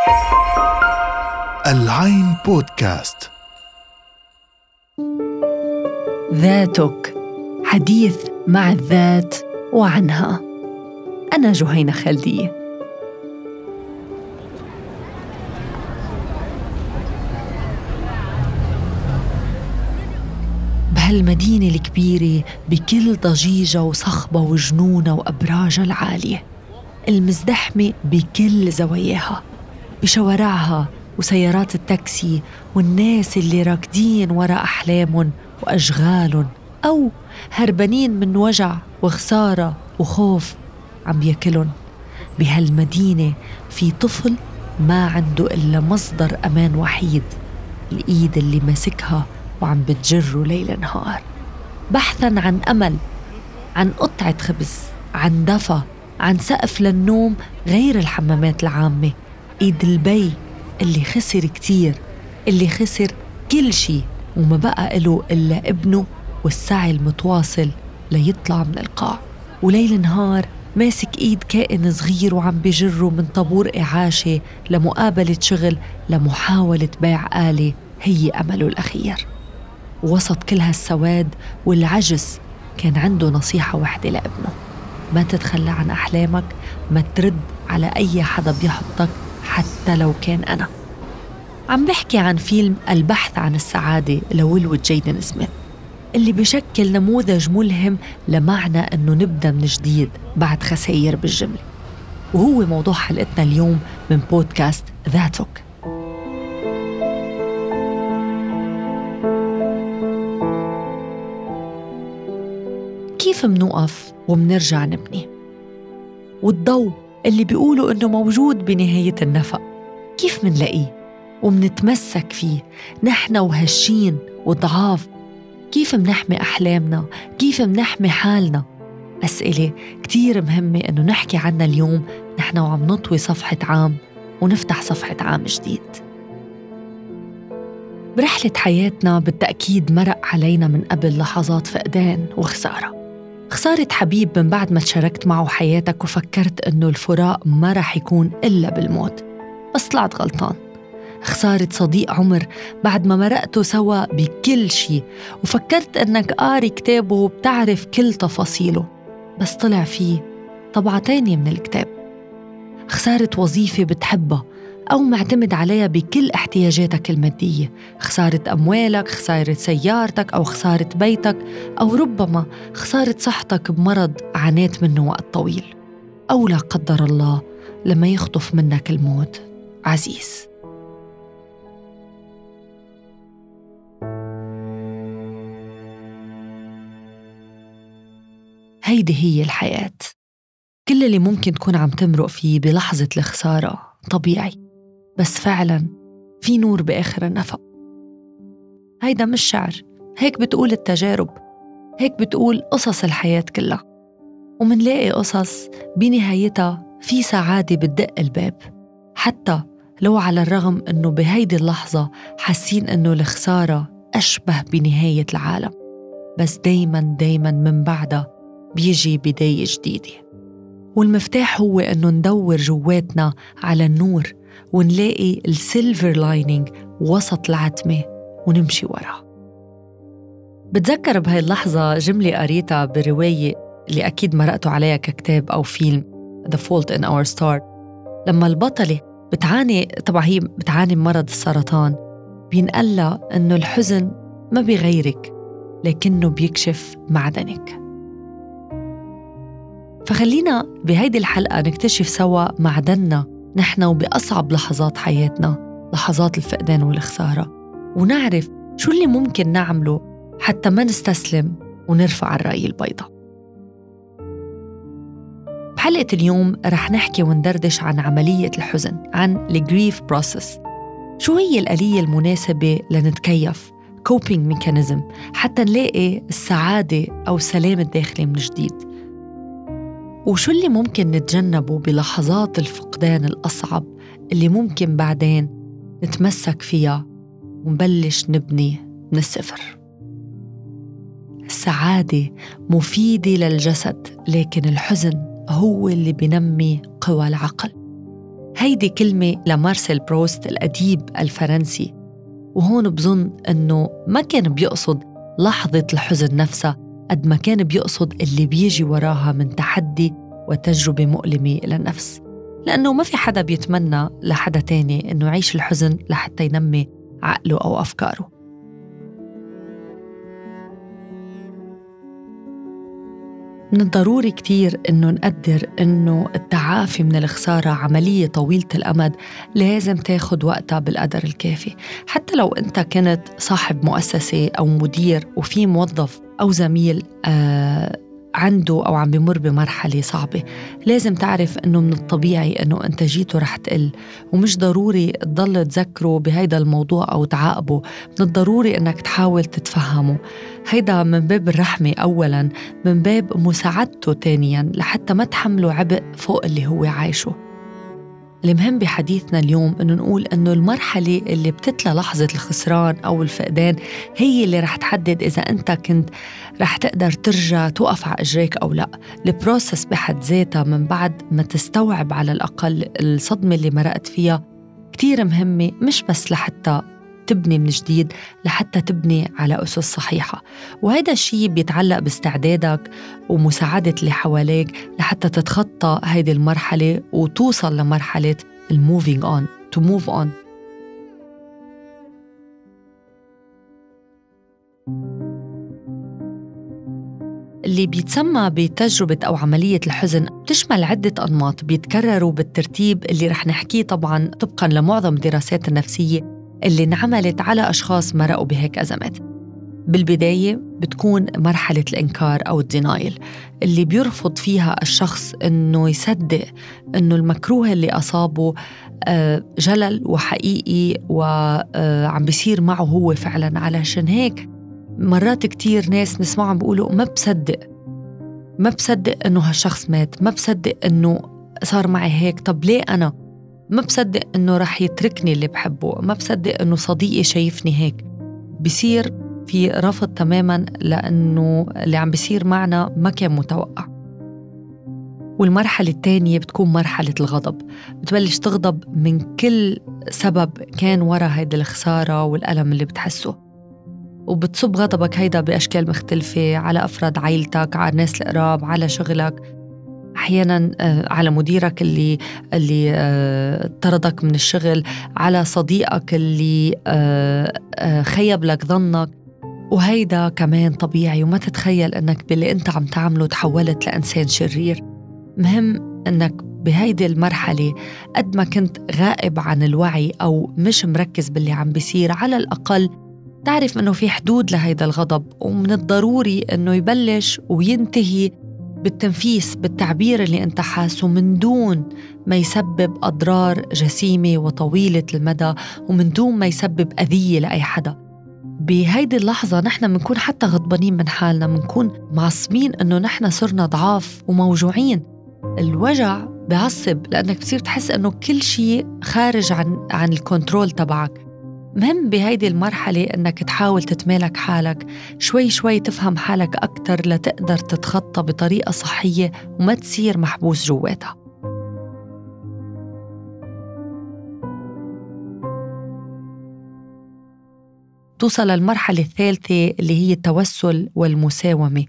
العين بودكاست. ذاتك، حديث مع الذات وعنها. أنا جهينة خالدية. بهالمدينة الكبيرة بكل ضجيجة وصخبة وجنونة وأبراجها العالية، المزدحمة بكل زواياها، بشوارعها وسيارات التاكسي والناس اللي راكدين وراء أحلامهم وأشغالهم، أو هربانين من وجع وخسارة وخوف عم ياكلن. بهالمدينة في طفل ما عنده إلا مصدر أمان وحيد، الإيد اللي ماسكها وعم بتجره ليل نهار، بحثاً عن أمل، عن قطعة خبز، عن دفى، عن سقف للنوم غير الحمامات العامة. إيد البي اللي خسر كتير، اللي خسر كل شي وما بقى له إلا ابنه والسعي المتواصل ليطلع من القاع، وليل نهار ماسك إيد كائن صغير وعم بجره من طابور إعاشة لمقابلة شغل، لمحاولة بيع آلة هي أمله الأخير. وسط كل هالسواد والعجز كان عنده نصيحة واحدة لابنه: ما تتخلى عن أحلامك، ما ترد على أي حدا بيحطك حتى لو كان أنا. عم بحكي عن فيلم البحث عن السعادة لويل وجيدن سميث، اللي بشكل نموذج ملهم لمعنى أنه نبدأ من جديد بعد خسائر بالجملة، وهو موضوع حلقتنا اليوم من بودكاست ذاتك. كيف منوقف ومنرجع نبني؟ والضوء اللي بيقولوا إنه موجود بنهاية النفق، كيف منلاقيه ومنتمسك فيه نحن وهشين وضعاف؟ كيف منحمي أحلامنا؟ كيف منحمي حالنا؟ أسئلة كتير مهمة إنه نحكي عنها اليوم نحن وعم نطوي صفحة عام ونفتح صفحة عام جديد. برحلة حياتنا بالتأكيد مرق علينا من قبل لحظات فقدان وخسارة. خسارة حبيب من بعد ما تشاركت معه حياتك وفكرت إنه الفراق ما رح يكون إلا بالموت، بس طلعت غلطان. خسارة صديق عمر بعد ما مرقته سوا بكل شي وفكرت إنك قاري كتابه وبتعرف كل تفاصيله، بس طلع فيه طبعة تانية من الكتاب. خسارة وظيفة بتحبها أو معتمد عليها بكل احتياجاتك المادية، خسارة أموالك، خسارة سيارتك، أو خسارة بيتك، أو ربما خسارة صحتك بمرض عانيت منه وقت طويل، أو لا قدر الله لما يخطف منك الموت عزيز. هيدي هي الحياة. كل اللي ممكن تكون عم تمرق فيه بلحظة الخسارة طبيعي، بس فعلاً في نور بآخر النفق. هيدا مش شعر، هيك بتقول التجارب، هيك بتقول قصص الحياة كلها. ومنلاقي قصص بنهايتها في سعادة بتدق الباب، حتى لو على الرغم أنه بهيدي اللحظة حاسين أنه الخسارة أشبه بنهاية العالم، بس دايماً من بعدها بيجي بداية جديدة. والمفتاح هو أنه ندور جواتنا على النور ونلاقي السيلفر لاينينج وسط العتمة ونمشي وراها. بتذكر بهاي اللحظة جملة قريتها برواية اللي أكيد مرقتوا عليها ككتاب أو فيلم، The Fault in Our Stars، لما البطلة طبعا هي بتعاني من مرض السرطان، بينقلها أنه الحزن ما بيغيرك لكنه بيكشف معدنك. فخلينا بهيدي الحلقة نكتشف سوا معدننا نحن وبأصعب لحظات حياتنا، لحظات الفقدان والخسارة، ونعرف شو اللي ممكن نعمله حتى ما نستسلم ونرفع الراية البيضاء. بحلقة اليوم رح نحكي وندردش عن عملية الحزن، عن الجريف بروسس. شو هي الآلية المناسبة لنتكيف coping mechanism حتى نلاقي السعادة أو السلام الداخلي من جديد، وشو اللي ممكن نتجنبه بلحظات الفقدان الأصعب اللي ممكن بعدين نتمسك فيها ونبلش نبني من الصفر. السعادة مفيدة للجسد، لكن الحزن هو اللي بينمي قوى العقل. هيدي كلمة لمارسيل بروست الأديب الفرنسي، وهون بظن أنه ما كان بيقصد لحظة الحزن نفسها قد ما كان بيقصد اللي بيجي وراها من تحدي وتجربة مؤلمة للنفس، لأنه ما في حدا بيتمنى لحدا تاني أنه يعيش الحزن لحتى ينمي عقله أو أفكاره. من الضروري كتير إنه نقدر إنه التعافي من الخسارة عملية طويلة الأمد لازم تاخد وقتها بالقدر الكافي. حتى لو أنت كنت صاحب مؤسسة أو مدير وفي موظف أو زميل عنده أو عم بمر بمرحلة صعبة، لازم تعرف إنه من الطبيعي إنه إنتاجيته رح تقل، ومش ضروري تضل تذكره بهيدا الموضوع أو تعاقبه. من الضروري إنك تحاول تتفهمه، هيدا من باب الرحمة أولاً، من باب مساعدته تانياً لحتى ما تحمله عبء فوق اللي هو عايشه. المهم بحديثنا اليوم إنه نقول إنه المرحلة اللي بتتلى لحظة الخسران أو الفقدان هي اللي رح تحدد إذا أنت كنت رح تقدر ترجع توقف على إجريك أو لا. البروسس بحد ذاتها من بعد ما تستوعب على الأقل الصدمة اللي مرقت فيها كتير مهمة، مش بس لحتى تبني من جديد، لحتى تبني على أسس صحيحة. وهذا الشيء بيتعلق باستعدادك ومساعدة اللي حواليك لحتى تتخطى هيدي المرحلة وتوصل لمرحلة moving on to move on. اللي بيتسمى بتجربة أو عملية الحزن بتشمل عدة أنماط بيتكرروا بالترتيب اللي رح نحكيه طبعاً طبقاً لمعظم دراسات النفسية اللي انعملت على أشخاص مرقوا بهيك أزمات. بالبداية بتكون مرحلة الإنكار أو الدينايل، اللي بيرفض فيها الشخص إنه يصدق إنه المكروه اللي أصابه جلل وحقيقي وعم بيصير معه هو فعلاً. علشان هيك مرات كتير ناس نسمعهم بيقولوا ما بصدق إنه هالشخص مات، ما بصدق إنه صار معي هيك، طب ليه أنا؟ ما بصدق إنه رح يتركني اللي بحبه، ما بصدق إنه صديقي شايفني هيك. بيصير في رفض تماماً لأنه اللي عم بيصير معنا ما كان متوقع. والمرحلة الثانية بتكون مرحلة الغضب، بتبلش تغضب من كل سبب كان ورا هيدا الخسارة والألم اللي بتحسه، وبتصب غضبك هيدا بأشكال مختلفة على أفراد عائلتك، على الناس القراب، على شغلك، أحياناً على مديرك اللي طردك من الشغل، على صديقك اللي خيب لك ظنك. وهيدا كمان طبيعي، وما تتخيل أنك باللي أنت عم تعمله تحولت لإنسان شرير. مهم أنك بهيدي المرحلة قد ما كنت غائب عن الوعي أو مش مركز باللي عم بيصير، على الأقل تعرف أنه في حدود لهيدا الغضب، ومن الضروري أنه يبلش وينتهي بالتنفيس، بالتعبير اللي انت حاسه من دون ما يسبب أضرار جسيمة وطويلة المدى، ومن دون ما يسبب أذية لأي حدا. بهيدي اللحظة نحن منكون حتى غضبانين من حالنا، منكون معصبين أنه نحن صرنا ضعاف وموجوعين. الوجع بعصب لأنك بتصير تحس أنه كل شيء خارج عن الكنترول تبعك. مهم بهيدي المرحلة أنك تحاول تتمالك حالك شوي شوي، تفهم حالك أكتر لتقدر تتخطى بطريقة صحية وما تصير محبوس جواتها. توصل للمرحلة الثالثة اللي هي التوسل والمساومة.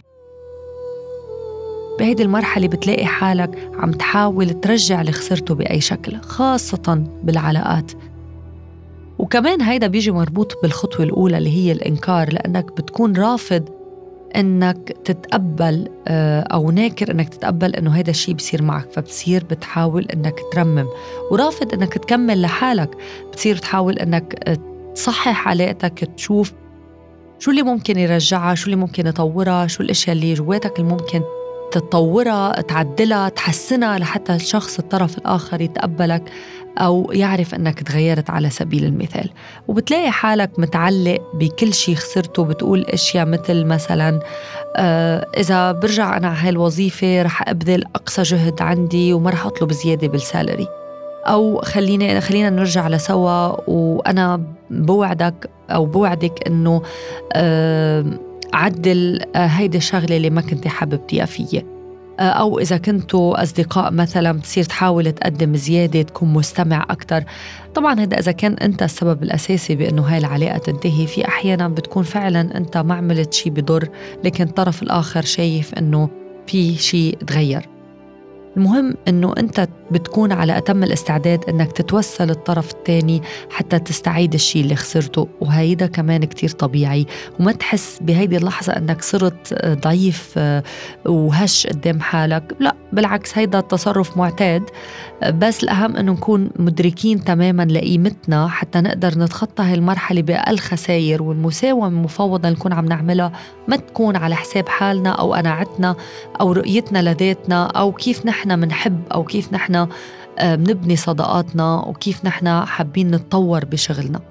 بهيدي المرحلة بتلاقي حالك عم تحاول ترجع اللي خسرته بأي شكل، خاصة بالعلاقات. وكمان هيدا بيجي مربوط بالخطوة الأولى اللي هي الإنكار، لأنك بتكون رافض أنك تتقبل أو ناكر أنك تتقبل أنه هيدا الشيء بيصير معك، فبتصير بتحاول أنك ترمم، ورافض أنك تكمل لحالك. بتصير تحاول أنك تصحح علاقتك، تشوف شو اللي ممكن يرجعها، شو اللي ممكن يطورها، شو الأشياء اللي جواتك اللي ممكن تطورها، تعدلها، تحسنها لحتى الشخص الطرف الآخر يتقبلك أو يعرف أنك تغيرت على سبيل المثال. وبتلاقي حالك متعلق بكل شيء خسرته، بتقول أشياء مثل مثلا إذا برجع أنا على هالوظيفة رح أبذل أقصى جهد عندي وما رح أطلب زيادة بالسالري، أو خلينا نرجع لسوا وأنا بوعدك أو بوعدك أنه عدل هيدا الشغلة اللي ما كنت حاببتيها فيه. أو إذا كنتوا أصدقاء مثلا بتصير تحاول تقدم زيادة، تكون مستمع أكتر. طبعا هذا إذا كان أنت السبب الأساسي بأنه هاي العلاقة تنتهي. في أحيانا بتكون فعلا أنت ما عملت شي بضر، لكن الطرف الآخر شايف أنه في شي تغير. المهم أنه أنت بتكون على أتم الاستعداد أنك تتوسل الطرف الثاني حتى تستعيد الشيء اللي خسرته، وهيدا كمان كتير طبيعي. وما تحس بهيدي اللحظة أنك صرت ضعيف وهش قدام حالك، لا بالعكس، هيدا التصرف معتاد. بس الأهم أنه نكون مدركين تماما لقيمتنا حتى نقدر نتخطى هاي المرحلة بأقل خسائر. والمساومة المفوضة اللي نكون عم نعملها ما تكون على حساب حالنا أو قناعتنا أو رؤيتنا لذاتنا أو كيف نحن منحب أو كيف نحن بنبني صداقاتنا وكيف نحن حابين نتطور بشغلنا.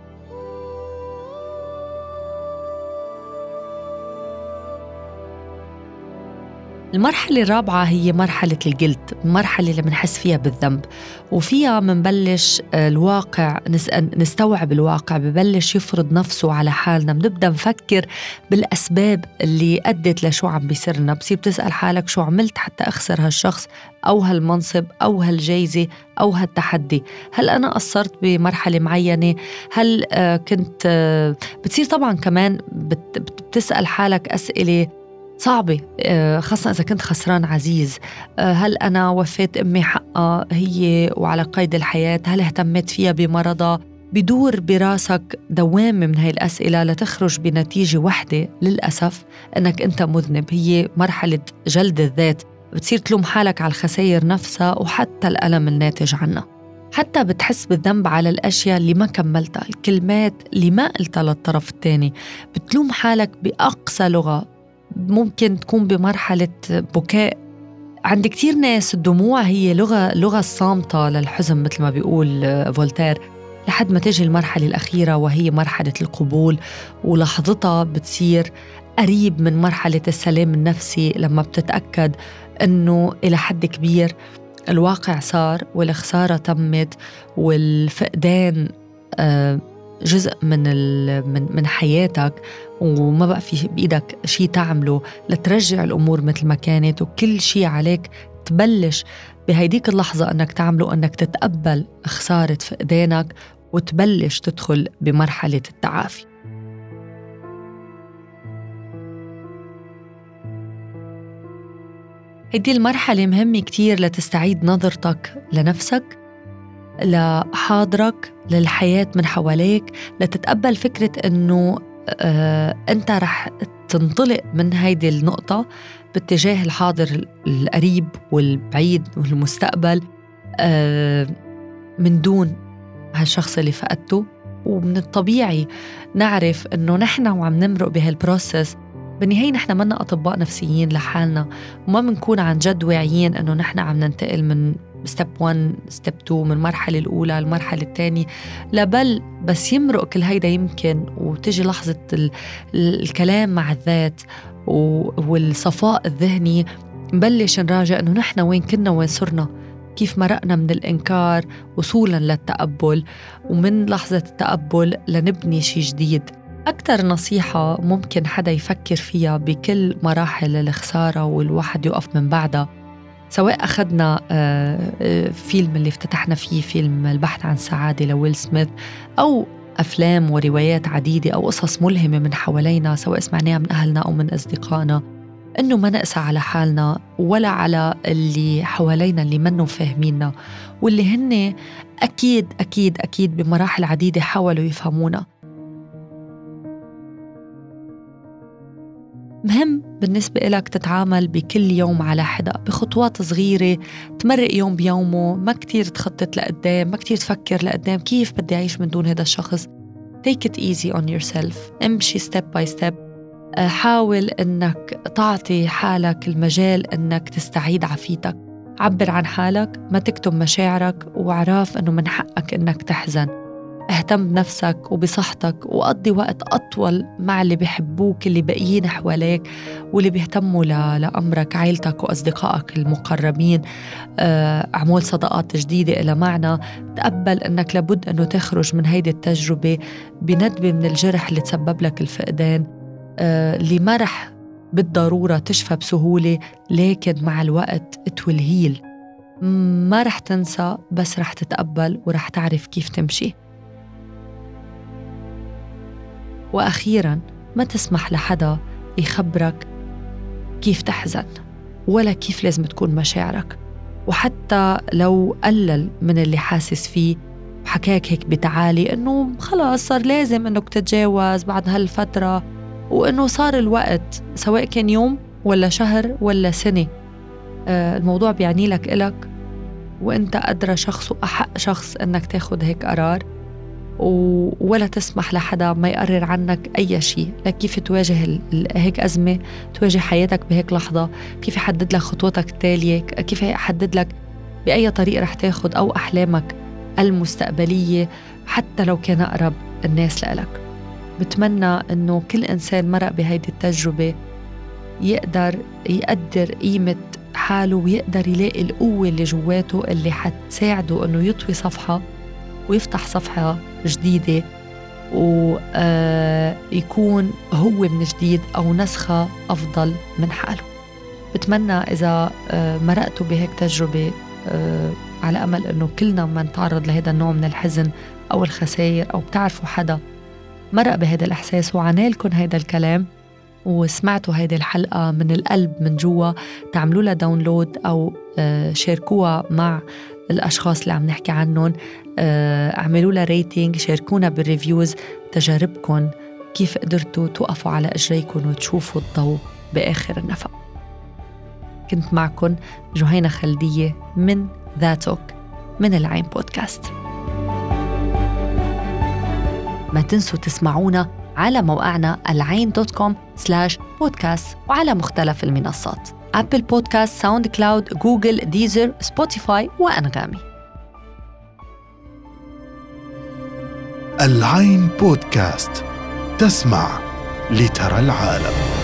المرحلة الرابعة هي مرحلة الجلد، المرحلة اللي منحس فيها بالذنب، وفيها منبلش الواقع نستوعب الواقع، ببلش يفرض نفسه على حالنا. بنبدأ نفكر بالأسباب اللي أدت لشو عم بيصيرنا. بصير بتسأل حالك شو عملت حتى أخسر هالشخص أو هالمنصب أو هالجايزة أو هالتحدي؟ هل أنا قصرت بمرحلة معينة؟ هل كنت بتصير طبعا كمان بتسأل حالك أسئلة صعبة، خاصة إذا كنت خسران عزيز. هل أنا وفيت أمي حقها هي وعلى قيد الحياة؟ هل اهتميت فيها بمرضها؟ بدور براسك دوامة من هاي الأسئلة لتخرج بنتيجة واحدة للأسف أنك أنت مذنب. هي مرحلة جلد الذات، بتصير تلوم حالك على الخسائر نفسها وحتى الألم الناتج عنها. حتى بتحس بالذنب على الأشياء اللي ما كملتها، الكلمات اللي ما قلتها للطرف الثاني. بتلوم حالك بأقصى لغة، ممكن تكون بمرحلة بكاء. عند كتير ناس الدموع هي لغة الصامتة للحزن مثل ما بيقول فولتير، لحد ما تجي المرحلة الأخيرة وهي مرحلة القبول، ولحظتها بتصير قريب من مرحلة السلام النفسي لما بتتأكد أنه إلى حد كبير الواقع صار والخسارة تمت والفقدان جزء من حياتك، وما بقى في بإيدك شيء تعمله لترجع الأمور مثل ما كانت. وكل شيء عليك تبلش بهيديك اللحظة أنك تعمله، أنك تتقبل خسارة فقدانك وتبلش تدخل بمرحلة التعافي. هيدي المرحلة مهمة كتير لتستعيد نظرتك لنفسك، لحاضرك، للحياة من حواليك، لتتقبل فكرة أنه أنت رح تنطلق من هيدي النقطة باتجاه الحاضر القريب والبعيد والمستقبل من دون هالشخص اللي فقدته. ومن الطبيعي نعرف أنه نحن وعم نمرق بهالبروسس بالنهاية نحن منا أطباء نفسيين لحالنا، وما منكون عن جد واعيين أنه نحن عم ننتقل من ستيب 1 ستيب 2 من المرحلة الأولى المرحلة الثانية. لا بل بس يمرق كل هيدا يمكن وتجي لحظة الكلام مع الذات والصفاء الذهني، نبلش نراجع أنه نحن وين كنا وين صرنا، كيف مرقنا من الإنكار وصولا للتقبل، ومن لحظة التقبل لنبني شيء جديد. أكتر نصيحة ممكن حدا يفكر فيها بكل مراحل الخسارة والواحد يقف من بعدها، سواء أخذنا فيلم اللي افتتحنا فيه فيلم البحث عن السعادة لويل سميث، أو أفلام وروايات عديدة أو قصص ملهمة من حوالينا سواء سمعناها من أهلنا أو من أصدقائنا، إنه ما نقسى على حالنا ولا على اللي حوالينا اللي منهم فاهميننا، واللي هن أكيد أكيد أكيد بمراحل عديدة حاولوا يفهمونا. مهم بالنسبة إلك تتعامل بكل يوم على حدة بخطوات صغيرة، تمرق يوم بيومه، ما كتير تخطط لقدام، ما كتير تفكر لقدام كيف بدي أعيش من دون هذا الشخص. take it easy on yourself، امشي step by step. حاول أنك تعطي حالك المجال أنك تستعيد عافيتك، عبر عن حالك، ما تكتم مشاعرك، وعراف أنه من حقك أنك تحزن. اهتم بنفسك وبصحتك، وقضي وقت أطول مع اللي بيحبوك، اللي باقيين حواليك واللي بيهتموا لأمرك، عائلتك وأصدقائك المقربين. اعمل صداقات جديدة إلى معنى. تقبل أنك لابد أنه تخرج من هيدي التجربة بندبة من الجرح اللي تسبب لك الفقدان، اللي ما رح بالضرورة تشفى بسهولة، لكن مع الوقت it will heal. ما رح تنسى، بس رح تتقبل ورح تعرف كيف تمشي. وأخيراً، ما تسمح لحدا يخبرك كيف تحزن ولا كيف لازم تكون مشاعرك. وحتى لو قلل من اللي حاسس فيه وحكاك هيك بتعالي إنه خلاص صار لازم إنك تتجاوز بعد هالفترة، وإنه صار الوقت سواء كان يوم ولا شهر ولا سنة، الموضوع بيعني لك إلك، وإنت أدرى شخص وأحق شخص إنك تاخد هيك قرار، ولا تسمح لحدا ما يقرر عنك أي شيء. لكيف تواجه هيك أزمة، تواجه حياتك بهيك لحظة، كيف يحدد لك خطوتك التالية، كيف يحدد لك بأي طريق رح تاخد أو أحلامك المستقبلية، حتى لو كان أقرب الناس لك. بتمنى أنه كل إنسان مرق بهيدي التجربة يقدر يقدر قيمة حاله، ويقدر يلاقي القوة اللي جواته اللي حتساعده أنه يطوي صفحة ويفتح صفحة جديدة، ويكون هو من جديد أو نسخة أفضل من حاله. بتمنى إذا مرقتوا بهيك تجربة، على أمل أنه كلنا ما نتعرض لهذا النوع من الحزن أو الخسائر، أو بتعرفوا حدا مرق بهذا الإحساس وعنالكم هذا الكلام وسمعتوا هذه الحلقة من القلب من جوا، تعملوا لها داونلود أو شاركوها مع الأشخاص اللي عم نحكي عنهم، اعملوا لها ريتينج، شاركونا بالريفيوز تجاربكم، كيف قدرتوا توقفوا على أجريكم وتشوفوا الضوء بآخر النفق. كنت معكم جهينة خلدية من ذاتك من العين بودكاست. ما تنسوا تسمعونا على موقعنا العين.com/podcast وعلى مختلف المنصات: أبل بودكاست، ساوند كلاود، جوجل، ديزر، سبوتيفاي وأنغامي. العين بودكاست، تسمع لترى العالم.